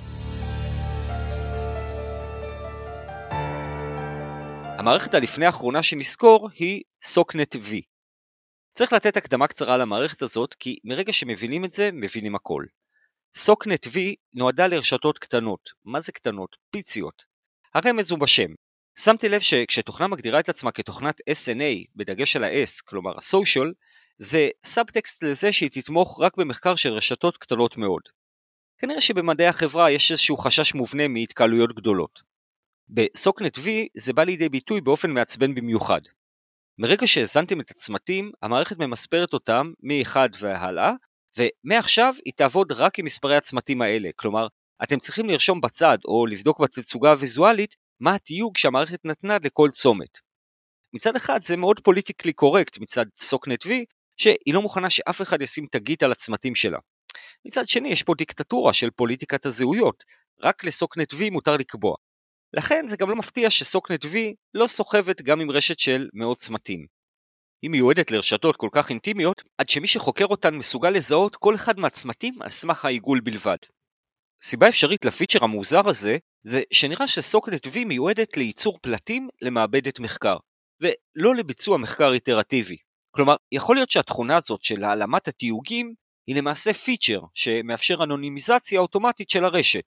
המערכת הלפני האחרונה שנזכור היא סוקנט וי. צריך לתת הקדמה קצרה למערכת הזאת, כי מרגע שמבינים את זה, מבינים הכל. סוקנט וי נועדה לרשתות קטנות. מה זה קטנות? פיציות. הרמז הוא בשם. שמתי לב שכשתוכנה מגדירה את עצמה כתוכנת אס אן איי, בדגש על ה-S, כלומר ה-social, זה סאבטקסט לזה שהיא תתמוך רק במחקר של רשתות קטנות מאוד. כנראה שבמדעי החברה יש איזשהו חשש מובנה מהתקהלויות גדולות. בסוקנט וי זה בא לידי ביטוי באופן מעצבן במיוחד. מרגע שהזנתם את הצמתים, המערכת ממספרת אותם מ-אחד והלאה, ומעכשיו היא תעבוד רק עם מספרי הצמתים האלה. כלומר, אתם צריכים לרשום בצד או לבדוק בתצוגה הוויזואלית מה התיוג שהמערכת נתנה לכל צומת. מצד אחד זה מאוד פוליטיקלי קורקט מצד סוקנט וי, שהיא לא מוכנה שאף אחד ישים תגית על הצמתים שלה. מצד שני יש פה דיקטטורה של פוליטיקת הזהויות, רק לסוקנט וי מותר לקבוע. לכן זה גם לא מפתיע שסוקנט וי לא סוחבת גם עם רשת של מאות צמתים. היא מיועדת לרשתות כל כך אינטימיות, עד שמי שחוקר אותן מסוגל לזהות כל אחד מהצמתים על סמך העיגול בלבד. סיבה אפשרית לפיצ'ר המוזר הזה, זה שנראה שסוקנט וי מיועדת לייצור פלטים למעבדת מחקר, ולא לביצוע מחקר איטרטיבי. כלומר, יכול להיות שהתכונה הזאת של העלמת התיוגים היא למעשה פיצ'ר שמאפשר אנונימיזציה אוטומטית של הרשת.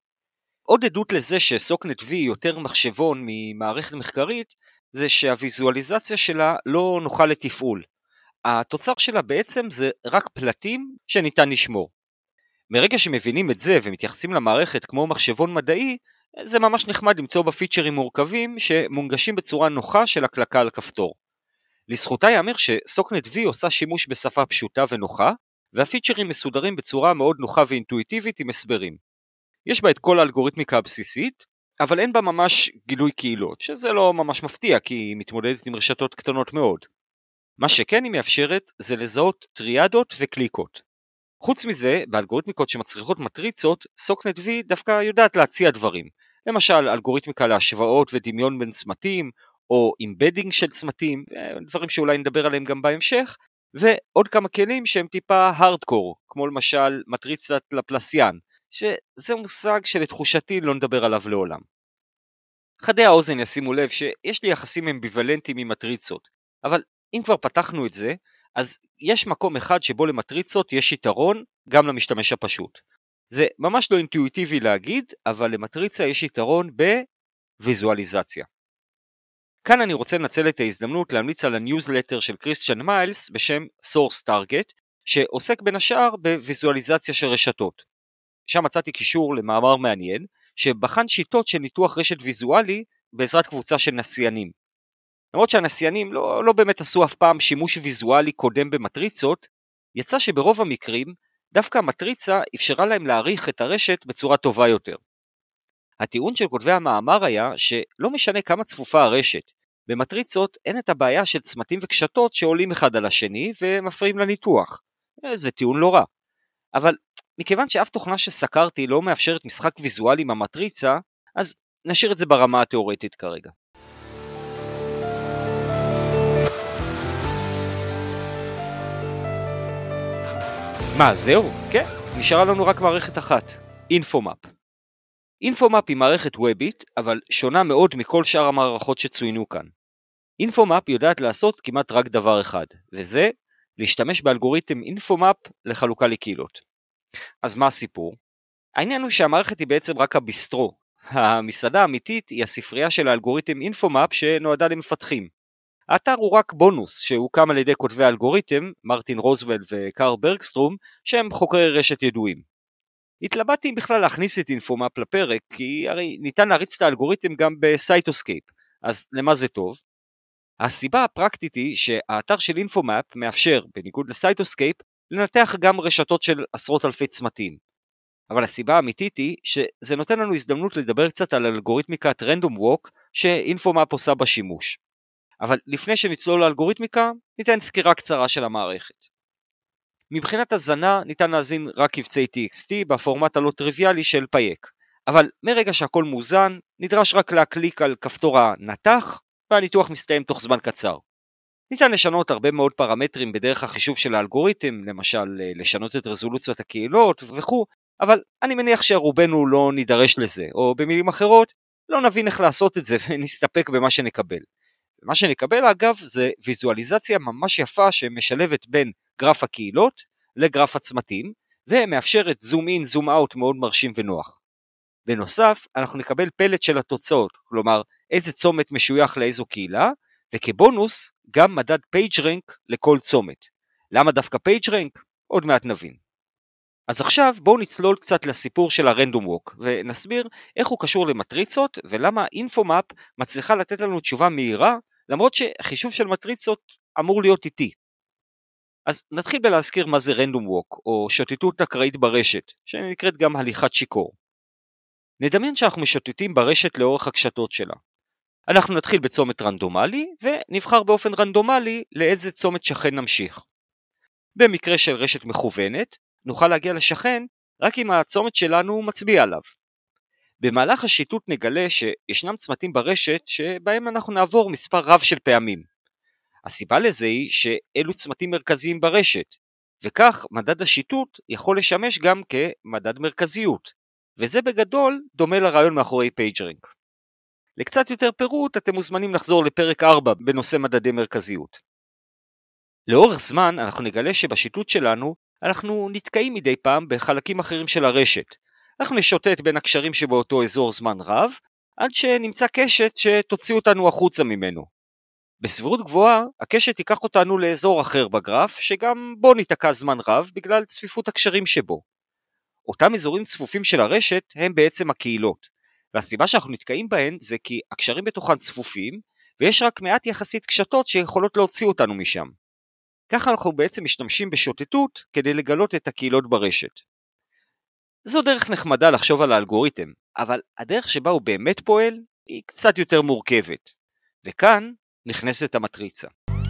עוד עדות לזה שסוקנט וי יותר מחשבון ממערכת מחקרית, זה שהוויזואליזציה שלה לא נוחה לתפעול. התוצר שלה בעצם זה רק פלטים שניתן לשמור. מרגע שמבינים את זה ומתייחסים למערכת כמו מחשבון מדעי, זה ממש נחמד למצוא בפיצ'רים מורכבים שמונגשים בצורה נוחה של הקלקה על כפתור. לזכותה יאמר שסוקנט וי עושה שימוש בשפה פשוטה ונוחה, והפיצ'רים מסודרים בצורה מאוד נוחה ואינטואיטיבית עם הסברים. יש בה את כל האלגוריתמיקה הבסיסית, אבל אין בה ממש גילוי קהילות, שזה לא ממש מפתיע כי היא מתמודדת עם רשתות קטנות מאוד. מה שכן היא מאפשרת זה לזהות טריאדות וקליקות. חוץ מזה, באלגוריתמיקות שמצריכות מטריצות, סוקנט וי דווקא יודעת להציע דברים. למשל, אלגוריתמיקה להשוואות ודמיון בין צמתים, או אימבדינג של צמתים, דברים שאולי נדבר עליהם גם בהמשך, ועוד כמה כלים שהם טיפה הארדקור, כמו למשל מטריצת לפלסיאן, שזה מושג שלתחושתי לא נדבר עליו לעולם. חדי האוזן ישימו לב שיש לי יחסים אמביוולנטיים עם מטריצות, אבל אם כבר פתחנו את זה, אז יש מקום אחד שבו למטריצות יש יתרון גם למשתמש הפשוט. זה ממש לא אינטואיטיבי להגיד, אבל למטריצה יש יתרון בוויזואליזציה. כאן אני רוצה לנצל את ההזדמנות להמליץ על הניוזלטר של קריסטיאן מיילס בשם Source Target, שעוסק בין השאר בוויזואליזציה של רשתות. שם מצאתי קישור למאמר מעניין, שבחן שיטות של ניתוח רשת ויזואלי בעזרת קבוצה של נסיינים. למרות שהנסיינים לא, לא באמת עשו אף פעם שימוש ויזואלי קודם במטריצות, יצא שברוב המקרים דווקא המטריצה אפשרה להם להעריך את הרשת בצורה טובה יותר. הטיעון של כותבי המאמר היה שלא משנה כמה צפופה הרשת, במטריצות אין את הבעיה של צמתים וקשתות שעולים אחד על השני ומפריעים לניתוח. זה טיעון לא רע. אבל מכיוון שאף תוכנה שסקרתי לא מאפשרת משחק ויזואלי עם המטריצה, אז נשאיר את זה ברמה התיאורטית כרגע. מה, זהו? כן, נשארה לנו רק מערכת אחת, אינפומאפ. אינפומאפ היא מערכת וובית, אבל שונה מאוד מכל שאר המערכות שצוינו כאן. אינפומאפ יודעת לעשות כמעט רק דבר אחד, וזה להשתמש באלגוריתם אינפומאפ לחלוקה לקהילות. אז מה הסיפור? העניין הוא שהמערכת היא בעצם רק הביסטרו. המסעדה האמיתית היא הספרייה של האלגוריתם אינפומאפ שנועדה למפתחים. האתר הוא רק בונוס שהוקם על ידי כותבי האלגוריתם, מרטין רוזוול וקארל ברגסטרום, שהם חוקרי רשת ידועים. התלבטתי אם בכלל להכניס את אינפומאפ לפרק, כי הרי ניתן להריץ את האלגוריתם גם בסייטוסקייפ, אז למה זה טוב? הסיבה הפרקטית היא שהאתר של אינפומאפ מאפשר, בניגוד לסייטוסקייפ, לנתח גם רשתות של עשרות אלפי צמתים. אבל הסיבה האמיתית היא שזה נותן לנו הזדמנות לדבר קצת על אלגוריתמיקת רנדום ווק שאינפומאפ עושה בשימוש. אבל לפני שנצלול לאלגוריתמיקה, ניתן סקירה קצרה של המערכת. מבחינת הזנה ניתן להזין רק קבצי טי אקס טי בפורמט הלא טריוויאלי של פייק, אבל מרגע שהכל מוזן, נדרש רק להקליק על כפתור הנתח, והניתוח מסתיים תוך זמן קצר. ניתן לשנות הרבה מאוד פרמטרים בדרך החישוב של האלגוריתם, למשל לשנות את רזולוציות הקהילות וכו', אבל אני מניח שרובנו לא נידרש לזה, או במילים אחרות, לא נבין איך לעשות את זה ונסתפק במה שנקבל. מה שנקבל אגב זה ויזואליזציה ממש יפה שמשלבת בין גרף הקהילות לגרף הצמתים, ומאפשרת זום אין זום אאוט מאוד מרשים ונוח. בנוסף, אנחנו נקבל פלט של התוצאות, כלומר איזה צומת משוייך לאיזו קהילה, וכבונוס גם מדד PageRank לכל צומת. למה דווקא PageRank? עוד מעט נבין. אז עכשיו בואו נצלול קצת לסיפור של הרנדום ווק, ונסביר איך הוא קשור למטריצות, ולמה אינפומאפ מצליחה לתת לנו תשובה מהירה, למרות שהחישוב של מטריצות אמור להיות איטי. אז נתחיל בלהזכיר מה זה רנדום ווק, או שוטטות אקראית ברשת, שנקראת גם הליכת שיקור. נדמיין שאנחנו משוטטים ברשת לאורך הקשתות שלה. אנחנו נתחיל בצומת רנדומלי, ונבחר באופן רנדומלי לאיזה צומת שכן נמשיך. במקרה של רשת מכוונת, נוכל להגיע לשכן רק אם הצומת שלנו מצביע עליו. במהלך השיטוט נגלה שישנם צמתים ברשת שבהם אנחנו נעבור מספר רב של פעמים. הסיבה לזה היא שאלו צמתים מרכזיים ברשת, וכך מדד השיטוט יכול לשמש גם כמדד מרכזיות, וזה בגדול דומה לרעיון מאחורי PageRank. לקצת יותר פירוט אתם מוזמנים לחזור לפרק ארבע בנושא מדדי מרכזיות. לאורך זמן אנחנו נגלה שבשיטוט שלנו אנחנו נתקעים מדי פעם בחלקים אחרים של הרשת. אנחנו נשוטט בין הקשרים שבאותו אזור זמן רב, עד שנמצא קשת שתוציא אותנו החוצה ממנו. בסבירות גבוהה, הקשת ייקח אותנו לאזור אחר בגרף, שגם בו ניתקע זמן רב בגלל צפיפות הקשרים שבו. אותם אזורים צפופים של הרשת הם בעצם הקהילות, והסיבה שאנחנו נתקעים בהן זה כי הקשרים בתוכן צפופים, ויש רק מעט יחסית קשתות שיכולות להוציא אותנו משם. ככה אנחנו בעצם משתמשים בשוטטות כדי לגלות את הקהילות ברשת. זו דרך נחמדה לחשוב על האלגוריתם, אבל הדרך שבה הוא באמת פועל היא קצת יותר מורכבת. וכאן נכנסת המטריצה.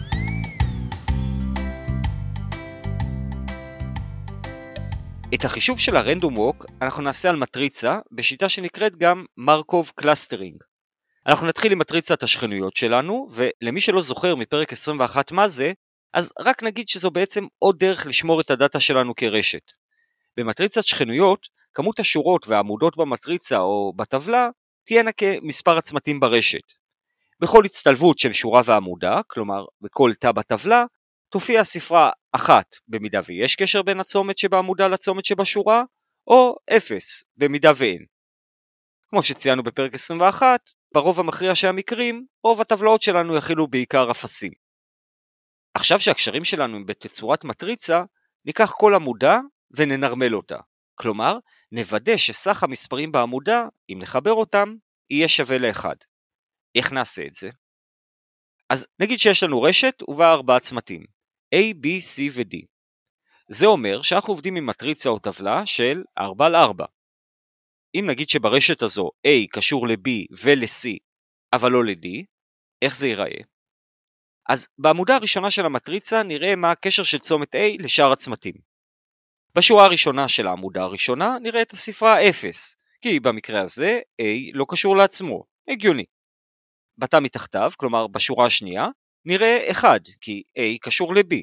את החישוב של הרנדום ווק אנחנו נעשה על מטריצה בשיטה שנקראת גם מרקוב קלאסטרינג. אנחנו נתחיל עם מטריצת השכנויות שלנו, ולמי שלא זוכר מפרק עשרים ואחת מה זה, אז רק נגיד שזו בעצם עוד דרך לשמור את הדאטה שלנו כרשת. במטריצת שכנויות, כמות השורות והעמודות במטריצה או בטבלה תהיינה כמספר הצמתים ברשת. בכל הצטלבות של שורה ועמודה, כלומר בכל תא בטבלה, תופיע הספרה אחת במידה ויש קשר בין הצומת שבעמודה לצומת שבשורה, או אפס במידה ואין. כמו שציינו בפרק עשרים ואחת, ברוב המכריע של המקרים, רוב הטבלאות שלנו יכילו בעיקר אפסים. עכשיו שהקשרים שלנו הם בתצורת מטריצה, ניקח כל עמודה וננרמל אותה. כלומר, נוודא שסך המספרים בעמודה, אם נחבר אותם, יהיה שווה לאחד. איך נעשה את זה? אז נגיד שיש לנו רשת ובה ארבעה צמתים, A, B, C ו-D. זה אומר שאנחנו עובדים עם מטריצה או טבלה של ארבע על ארבע. אם נגיד שברשת הזו A קשור ל-B ול-C, אבל לא ל-D, איך זה ייראה? אז בעמודה הראשונה של המטריצה נראה מה הקשר של צומת A לשאר הצמתים. בשורה הראשונה של העמודה הראשונה נראה את הספרה אפס, כי במקרה הזה A לא קשור לעצמו, הגיוני. בתא מתחתיו, כלומר בשורה השנייה, נראה אחד, כי A קשור ל-B.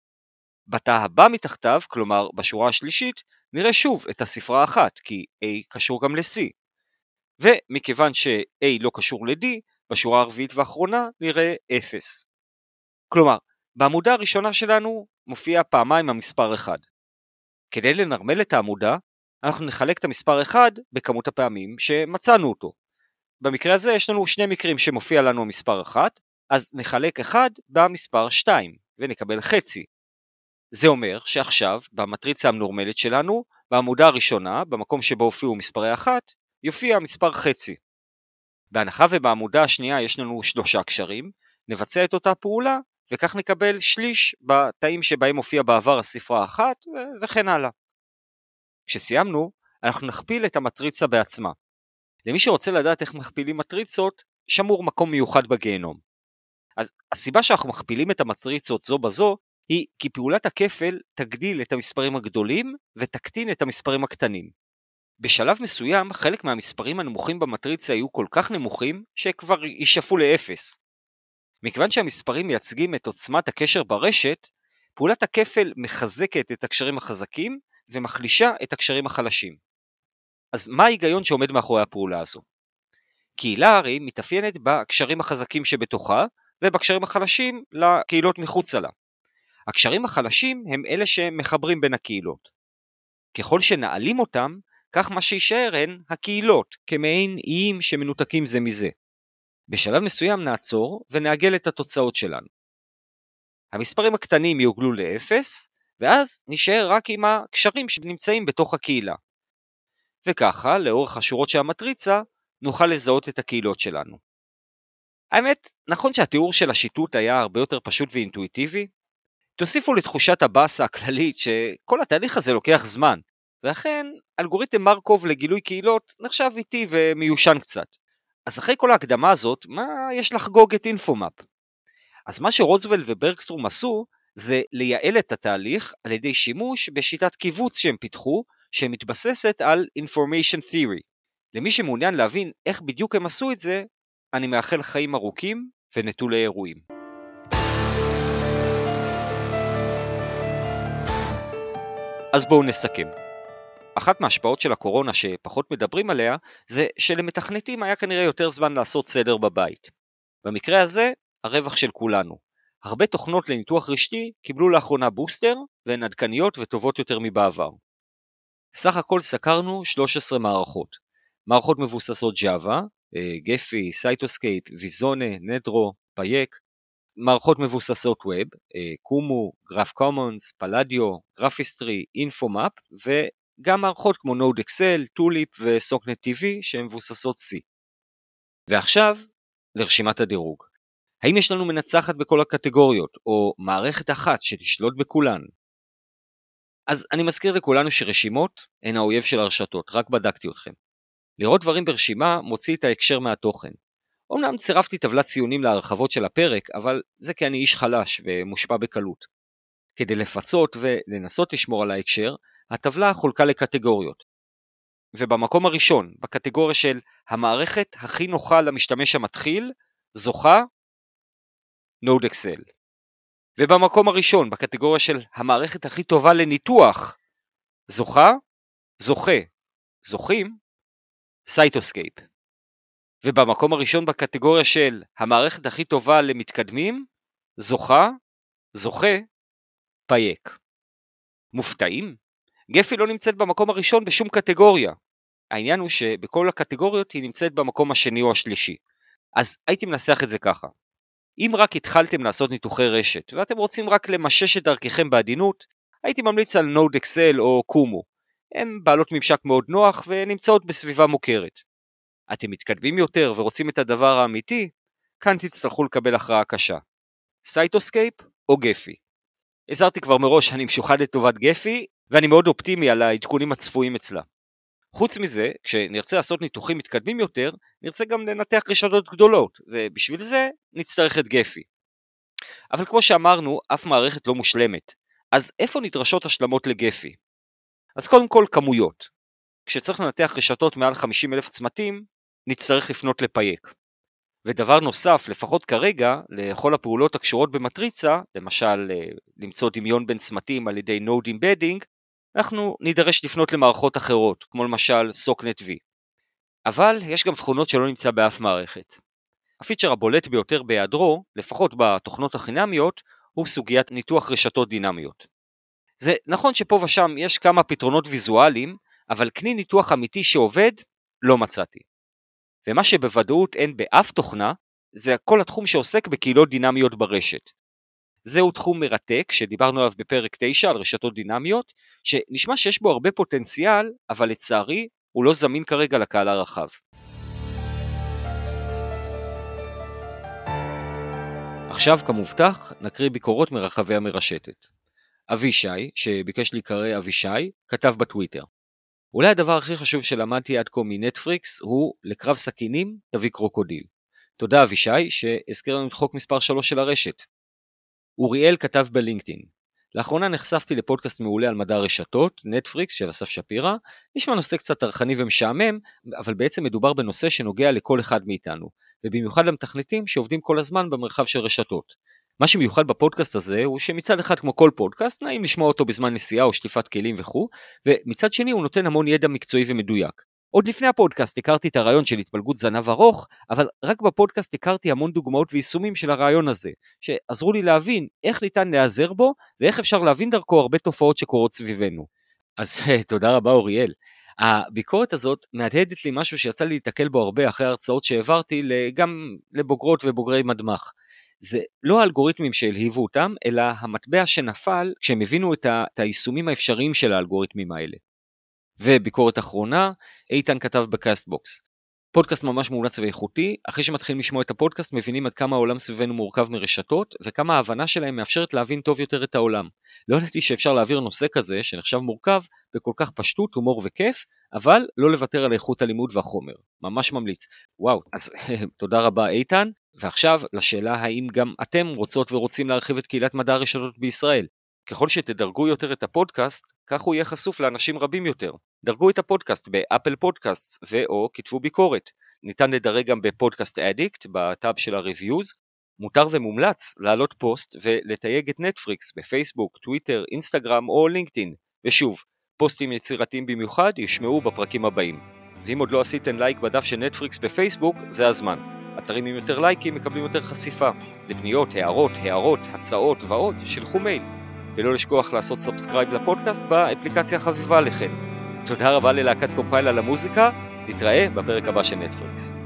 בתא הבא מתחתיו, כלומר בשורה השלישית, נראה שוב את הספרה האחת, כי A קשור גם ל-C. ומכיוון ש-A לא קשור ל-D, בשורה הרביעית והאחרונה נראה אפס. כלומר, בעמודה הראשונה שלנו מופיע פעמיים המספר אחד. כדי לנרמל את העמודה, אנחנו נחלק את המספר אחד בכמות הפעמים שמצאנו אותו. במקרה הזה יש לנו שני מקרים שמופיע לנו המספר אחת, אז נחלק אחד במספר שתיים, ונקבל חצי. זה אומר שעכשיו, במטריצה המנורמלת שלנו, בעמודה הראשונה, במקום שבו הופיעו מספרי אחת, יופיע מספר חצי. בהנחה ובעמודה השנייה יש לנו שלושה קשרים, נבצע את אותה פעולה, וכך נקבל שליש בתאים שבהם מופיע בעבר הספרה האחת, וכן הלאה. כשסיימנו, אנחנו נכפיל את המטריצה בעצמה. למי שרוצה לדעת איך מכפילים מטריצות, שמור מקום מיוחד בגיהנום. אז הסיבה שאנחנו מכפילים את המטריצות זו בזו, היא כי פעולת הכפל תגדיל את המספרים הגדולים, ותקטין את המספרים הקטנים. בשלב מסוים, חלק מהמספרים הנמוכים במטריצה היו כל כך נמוכים, שכבר יישפו לאפס. מכיוון שהמספרים מייצגים את עוצמת הקשר ברשת, פעולת הכפל מחזקת את הקשרים החזקים, ומחלישה את הקשרים החלשים. אז מה ההיגיון שעומד מאחורי הפעולה הזו? קהילה הרי מתאפיינת בקשרים החזקים שבתוכה, ובקשרים החלשים לקהילות מחוצה לה. הקשרים החלשים הם אלה שמחברים בין הקהילות. ככל שנעלים אותם, כך מה שישאר הן הקהילות, כמעין איים שמנותקים זה מזה. בשלב מסוים נעצור ונעגל את התוצאות שלנו. המספרים הקטנים יעוגלו לאפס, ואז נשאר רק עם הקשרים שנמצאים בתוך הקהילה. וככה, לאורך השורות של המטריצה, נוכל לזהות את הקהילות שלנו. האמת, נכון שהתיאור של השיטות היה הרבה יותר פשוט ואינטואיטיבי, תוסיפו לתחושת הבאסה הכללית שכל התהליך הזה לוקח זמן, ואכן, אלגוריתם מרקוב לגילוי קהילות נחשב איטי ומיושן קצת. אז אחרי כל ההקדמה הזאת, מה יש לחגוג את אינפומאפ? אז מה שרוזוול וברקסטרום עשו, זה לייעל את התהליך על ידי שימוש בשיטת קיבוץ שהם פיתחו, שמתבססת על Information Theory. למי שמעוניין להבין איך בדיוק הם עשו את זה, אני מאחל חיים ארוכים ונטולי אירועים. אז בואו נסכם. אחת מההשפעות של הקורונה שפחות מדברים עליה, זה שלמתכנתים היה כנראה יותר זמן לעשות סדר בבית. במקרה הזה, הרווח של כולנו. הרבה תוכנות לניתוח רשתי קיבלו לאחרונה בוסטר, והן עדכניות וטובות יותר מבעבר. סך הכל סקרנו שלוש עשרה מערכות. מערכות מבוססות ג'אווה, גפי, סייטוסקייפ, ויזונה, נדרו, פייק. מערכות מבוססות ווב, קומו, גרף קומונס, פלדיו, גרפיסטרי, אינפומאפ, וגם מערכות כמו נוד אקסל, טוליפ וסוקנט טי וי שהן מבוססות C. ועכשיו, לרשימת הדירוג. האם יש לנו מנצחת בכל הקטגוריות, או מערכת אחת שתשלוט בכולן? אז אני מזכיר לכולנו שרשימות הן האויב של הרשתות, רק בדקתי אתכם. לראות דברים ברשימה מוציא את ההקשר מהתוכן. אומנם צירפתי טבלת ציונים להרחבות של הפרק, אבל זה כי אני איש חלש ומושפע בקלות. כדי לפצות ולנסות לשמור על ההקשר, הטבלה חולקה לקטגוריות. ובמקום הראשון, בקטגוריה של המערכת הכי נוחה למשתמש המתחיל, זוכה נוד אקסל. ובמקום הראשון, בקטגוריה של המערכת הכי טובה לניתוח, זוכה, זוכה, זוכים, סייטוסקייפ. ובמקום הראשון בקטגוריה של המערכת הכי טובה למתקדמים, זוכה, זוכה, פייק. מופתעים? גפי לא נמצאת במקום הראשון בשום קטגוריה. העניין הוא שבכל הקטגוריות היא נמצאת במקום השני או השלישי. אז הייתי מנסח את זה ככה. אם רק התחלתם לעשות ניתוחי רשת, ואתם רוצים רק למשש את דרככם בעדינות, הייתי ממליץ על נוד אקסל או קומו. הן בעלות ממשק מאוד נוח ונמצאות בסביבה מוכרת. אתם מתקדמים יותר ורוצים את הדבר האמיתי, כאן תצטרכו לקבל הכרעה קשה. סייטוסקייפ או גפי. הזהרתי כבר מראש שאני משוחד לטובת גפי, ואני מאוד אופטימי על העדכונים הצפויים אצלה. חוץ מזה, כשנרצה לעשות ניתוחים מתקדמים יותר, נרצה גם לנתח רשתות גדולות, ובשביל זה נצטרך את גפי. אבל כמו שאמרנו, אף מערכת לא מושלמת. אז איפה נדרשות השלמות לגפי? אז קודם כל כמויות. כשצריך לנתח רשתות מעל חמישים אלף צמתים, נצטרך לפנות לפייק. ודבר נוסף, לפחות כרגע, לכל הפעולות הקשורות במטריצה, למשל למצוא דמיון בין צמתים על ידי node embedding, אנחנו נידרש לפנות למערכות אחרות, כמו למשל סוקנט וי. אבל יש גם תכונות שלא נמצא באף מערכת. הפיצ'ר הבולט ביותר בהיעדרו, לפחות בתוכנות החינמיות, הוא סוגיית ניתוח רשתות דינמיות. זה נכון שפה ושם יש כמה פתרונות ויזואליים, אבל כלי ניתוח אמיתי שעובד, לא מצאתי. ומה שבוודאות אין באף תוכנה, זה כל התחום שעוסק בקהילות דינמיות ברשת. זהו תחום מרתק שדיברנו עליו בפרק תשע על רשתות דינמיות, שנשמע שיש בו הרבה פוטנציאל, אבל לצערי הוא לא זמין כרגע לקהל הרחב. עכשיו כמובטח נקריא ביקורות מרחבי המרשתת. אבישי, שביקש להיקרא אבישי, כתב בטוויטר. אולי הדבר הכי חשוב שלמדתי עד כה מנטפריקס הוא לקרב סכינים תביא קרוקודיל. תודה אבישי שהזכיר לנו את חוק מספר שלוש של הרשת. אוריאל כתב בלינקדאין. לאחרונה נחשפתי לפודקאסט מעולה על מדע הרשתות, נטפריקס של אסף שפירא. נשמע נושא קצת טרחני ומשעמם, אבל בעצם מדובר בנושא שנוגע לכל אחד מאיתנו, ובמיוחד למתכנתים שעובדים כל הזמן במרחב של רשתות. מה שמיוחד בפודקאסט הזה הוא שמצד אחד כמו כל פודקאסט נעים לשמוע אותו בזמן נסיעה או שטיפת כלים וכו', ומצד שני הוא נותן המון ידע מקצועי ומדויק. עוד לפני הפודקאסט הכרתי את הרעיון של התפלגות זנב ארוך, אבל רק בפודקאסט הכרתי המון דוגמאות ויישומים של הרעיון הזה, שעזרו לי להבין איך ניתן להיעזר בו, ואיך אפשר להבין דרכו הרבה תופעות שקורות סביבנו. אז תודה רבה אוריאל. הביקורת הזאת מהדהדת לי משהו שיצא לי להתקל בו הרבה אחרי הרצאות שהעברתי גם לבוגרות ובוגרי מדמח. זה לא האלגוריתמים שהלהיבו אותם, אלא המטבע שנפל כשהם הבינו את, ה- את היישומים האפשריים של האלגוריתמים האלה. וביקורת אחרונה, איתן כתב בקאסטבוקס. פודקאסט ממש מאולץ ואיכותי, אחרי שמתחילים לשמוע את הפודקאסט מבינים עד כמה העולם סביבנו מורכב מרשתות, וכמה ההבנה שלהם מאפשרת להבין טוב יותר את העולם. לא ידעתי שאפשר להעביר נושא כזה, שנחשב מורכב, בכל כך פשטות, הומור וכיף, אבל לא לוותר על איכות הלימוד והחומר. ממש ממליץ. וואו, אז תודה רבה איתן, ועכשיו לשאלה האם גם אתם רוצות ורוצים להרחיב את קהילת מדע הרשתות בישראל. ככל שתדרגו יותר את הפודקאסט, כך הוא יהיה חשוף לאנשים רבים יותר. דרגו את הפודקאסט באפל פודקאסט ואו כתבו ביקורת. ניתן לדרג גם בפודקאסט אדיקט, בטאב של הריוויוז. מותר ומומלץ לעלות פוסט ולתייג את נטפריקס בפייסבוק, טוויטר, אינסטגרם או לינקדאין. ושוב, פוסטים יצירתיים במיוחד ישמעו בפרקים הבאים. ואם עוד לא עשיתם לייק בדף של נטפריקס בפייסבוק, זה הזמן. אתרים עם יותר לייקים מקבלים יותר חשיפה. לפניות, הערות, הערות, הצעות ועוד, שלחו מייל. ולא לשכוח לעשות סאבסקרייב לפודקאסט באפליקציה החביבה לכם. תודה רבה ללהקת קומפייל על המוזיקה, נתראה בפרק הבא של נטפריקס.